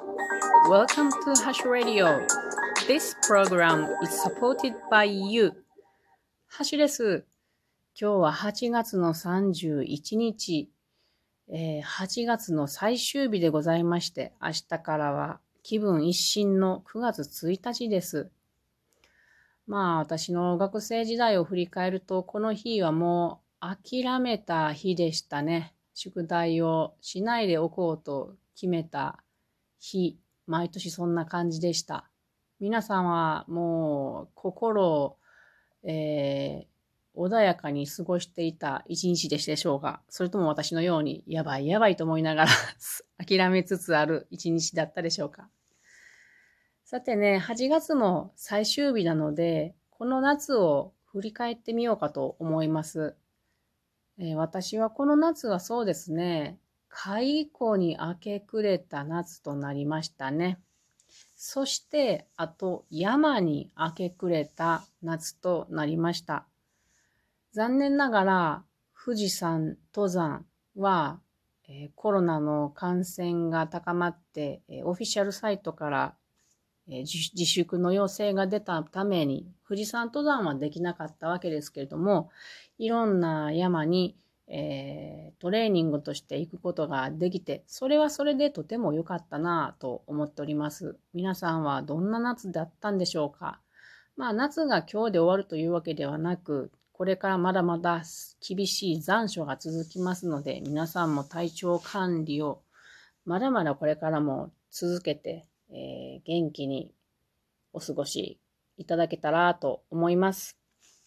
Welcome to Hash Radio. This program is supported by you. ハシです。今日は8月の31日、8月の最終日でございまして、明日からは気分一新の9月1日です。私の学生時代を振り返ると、この日はもう諦めた日でしたね。宿題をしないでおこうと決めた日、毎年そんな感じでした。皆さんはもう心を、穏やかに過ごしていた一日でしたでしょうか。それとも私のようにやばいやばいと思いながら諦めつつある一日だったでしょうか。さてね、8月も最終日なので、この夏を振り返ってみようかと思います。私はこの夏はそうですね、解雇に明け暮れた夏となりましたね。そして、あと山に明け暮れた夏となりました。残念ながら富士山登山は、コロナの感染が高まって、オフィシャルサイトから自粛の要請が出たために富士山登山はできなかったわけですけれども、いろんな山に、トレーニングとして行くことができて、それはそれでとても良かったなぁと思っております。皆さんはどんな夏だったんでしょうか。夏が今日で終わるというわけではなく、これからまだまだ厳しい残暑が続きますので、皆さんも体調管理をまだまだこれからも続けて、元気にお過ごしいただけたらと思います。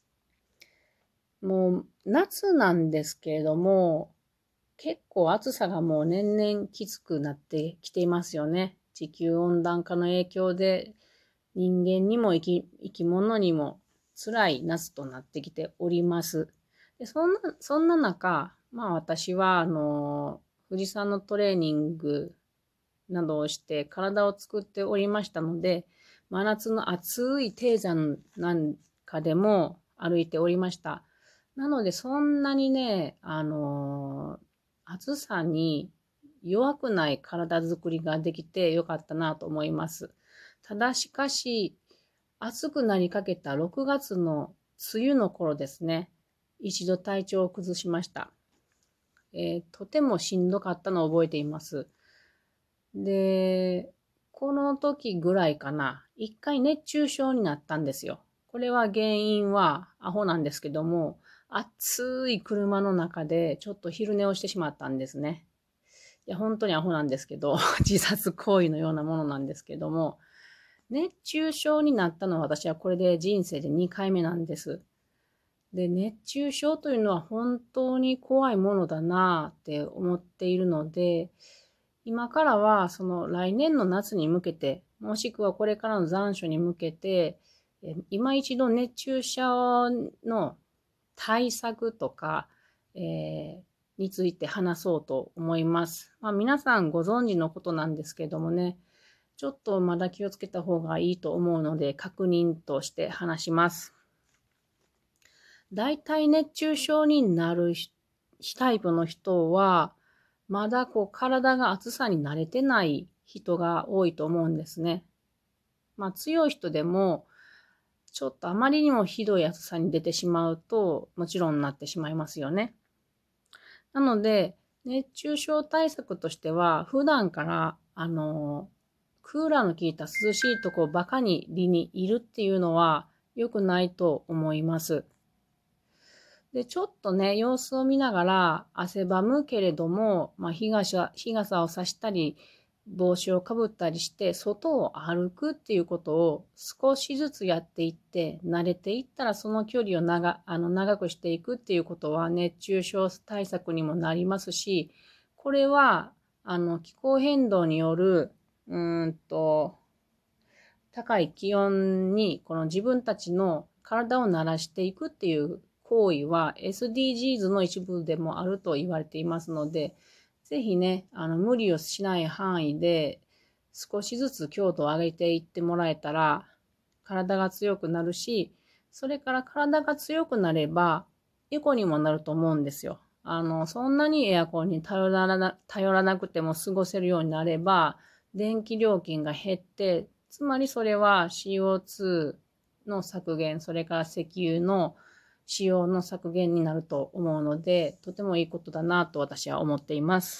もう夏なんですけれども、結構暑さがもう年々きつくなってきていますよね。地球温暖化の影響で人間にも生き物にも辛い夏となってきております。でそんな中、私は富士山のトレーニングなどをして体を作っておりましたので、真夏の暑い低山なんかでも歩いておりました。なのでそんなにね、暑さに弱くない体作りができてよかったなと思います。ただしかし、暑くなりかけた6月の梅雨の頃ですね、一度体調を崩しました。とてもしんどかったのを覚えています。で、この時ぐらいかな、一回熱中症になったんですよ。これは原因はアホなんですけども、暑い車の中でちょっと昼寝をしてしまったんですね。いや、本当にアホなんですけど、自殺行為のようなものなんですけども、熱中症になったのは私はこれで人生で2回目なんです。で、熱中症というのは本当に怖いものだなって思っているので、今からはその来年の夏に向けて、もしくはこれからの残暑に向けて、今一度熱中症の対策とか、について話そうと思います。皆さんご存知のことなんですけどもね、ちょっとまだ気をつけた方がいいと思うので確認として話します。だいたい熱中症になるタイプの人は、まだ体が暑さに慣れてない人が多いと思うんですね。強い人でも、ちょっとあまりにもひどい暑さに出てしまうと、もちろんなってしまいますよね。なので、熱中症対策としては、普段から、クーラーの効いた涼しいとこばかりにいるっていうのは良くないと思います。で、ちょっとね、様子を見ながら汗ばむけれども、日傘を差したり、帽子をかぶったりして、外を歩くっていうことを少しずつやっていって、慣れていったらその距離を長くしていくっていうことは熱中症対策にもなりますし、これは、気候変動による、高い気温に、この自分たちの体を慣らしていくっていう行為は SDGs の一部でもあると言われていますので、ぜひね、無理をしない範囲で少しずつ強度を上げていってもらえたら、体が強くなるし、それから体が強くなれば、エコにもなると思うんですよ。そんなにエアコンに頼らなくても過ごせるようになれば、 電気料金が減って、つまりそれは CO2 の削減、それから石油の使用の削減になると思うので、とてもいいことだなと私は思っています。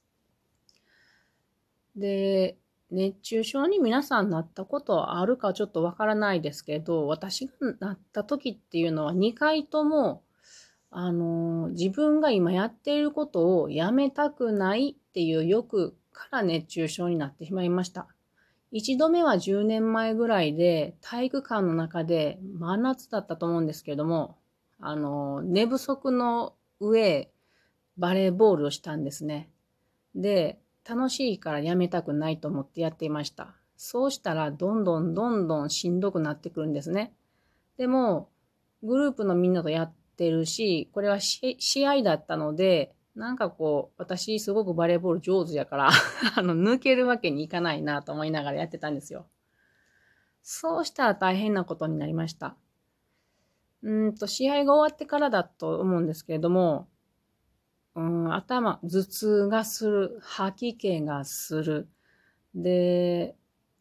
で、熱中症に皆さんなったことあるかちょっとわからないですけど、私がなった時っていうのは2回とも、自分が今やっていることをやめたくないっていう欲から熱中症になってしまいました。一度目は10年前ぐらいで、体育館の中で真夏だったと思うんですけれども、寝不足の上、バレーボールをしたんですね。で、楽しいからやめたくないと思ってやっていました。そうしたら、どんどんどんどんしんどくなってくるんですね。でも、グループのみんなとやってるし、これは試合だったので、なんかこう、私すごくバレーボール上手やから抜けるわけにいかないなと思いながらやってたんですよ。そうしたら大変なことになりました。試合が終わってからだと思うんですけれども、頭痛がする、吐き気がする。で、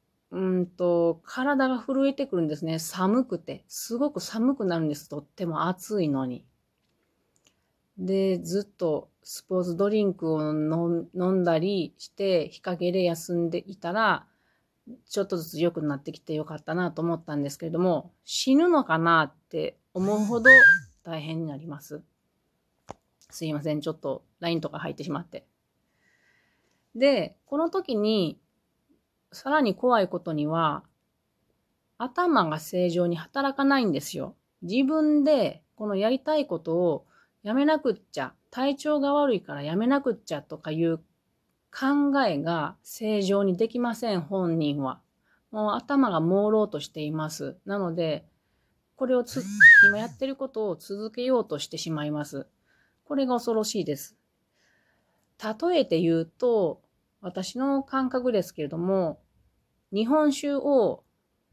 体が震えてくるんですね。寒くて。すごく寒くなるんです。とっても暑いのに。で、ずっとスポーツドリンクを飲んだりして、日陰で休んでいたら、ちょっとずつ良くなってきてよかったなと思ったんですけれども、死ぬのかなって思うほど大変になります。すいません。ちょっと LINE とか入ってしまって。で、この時に、さらに怖いことには、頭が正常に働かないんですよ。自分でこのやりたいことをやめなくっちゃ、体調が悪いからやめなくっちゃとかいう考えが正常にできません、本人は。もう頭が朦朧としています。なので、これを今やってることを続けようとしてしまいます。これが恐ろしいです。例えて言うと、私の感覚ですけれども、日本酒を、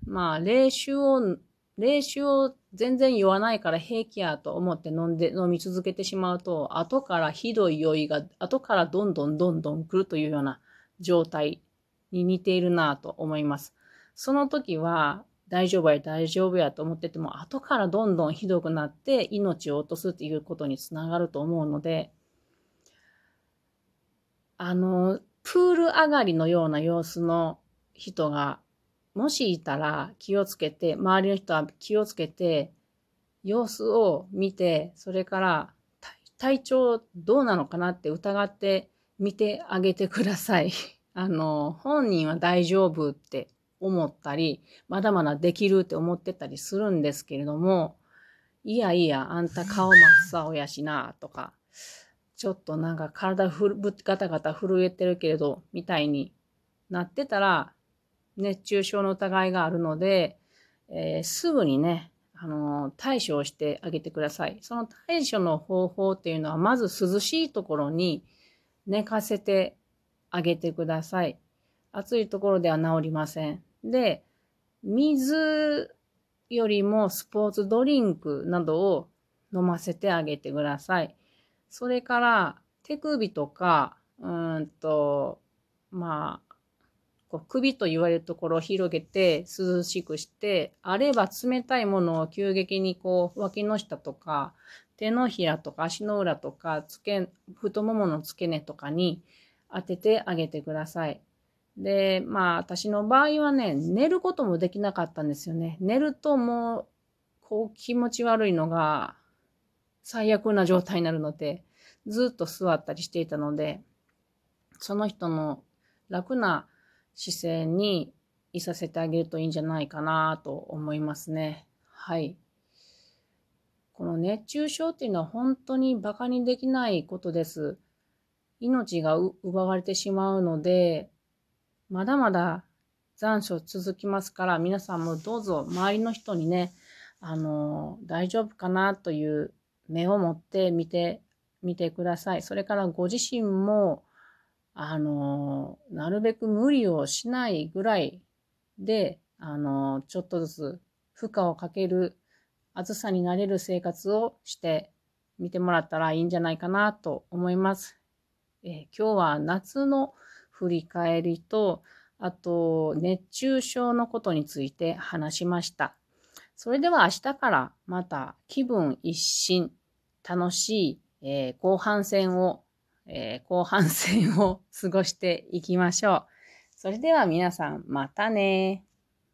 冷酒を全然酔わないから平気やと思って飲み続けてしまうと、後からひどい酔いが、後からどんどんどんどん来るというような状態に似ているなと思います。その時は、大丈夫や大丈夫やと思ってても、後からどんどんひどくなって命を落とすっていうことにつながると思うので、プール上がりのような様子の人が、もしいたら気をつけて、周りの人は気をつけて、様子を見て、それから体調どうなのかなって疑って見てあげてください。本人は大丈夫って思ったり、まだまだできるって思ってたりするんですけれども、いやいや、あんた顔真っ青やしな、とか、ちょっとなんかガタガタ震えてるけれど、みたいになってたら、熱中症の疑いがあるので、すぐにね、対処をしてあげてください。その対処の方法っていうのは、まず涼しいところに寝かせてあげてください。暑いところでは治りません。で、水よりもスポーツドリンクなどを飲ませてあげてください。それから、手首とか、まあ、こう首と言われるところを広げて涼しくして、あれば冷たいものを急激にこう脇の下とか手のひらとか足の裏とか太ももの付け根とかに当ててあげてください。で、私の場合はね、寝ることもできなかったんですよね。寝るともう、こう気持ち悪いのが最悪な状態になるので、ずっと座ったりしていたので、その人の楽な姿勢にいさせてあげるといいんじゃないかなと思いますね。はい。この熱中症っていうのは本当に馬鹿にできないことです。命が奪われてしまうので、まだまだ残暑続きますから、皆さんもどうぞ周りの人にね、大丈夫かなという目を持ってみてください。それからご自身も、なるべく無理をしないぐらいで、ちょっとずつ負荷をかける暑さになれる生活をしてみてもらったらいいんじゃないかなと思います。今日は夏の振り返りと、あと熱中症のことについて話しました。それでは明日からまた気分一新、楽しい、後半戦を過ごしていきましょう。それでは皆さんまたね。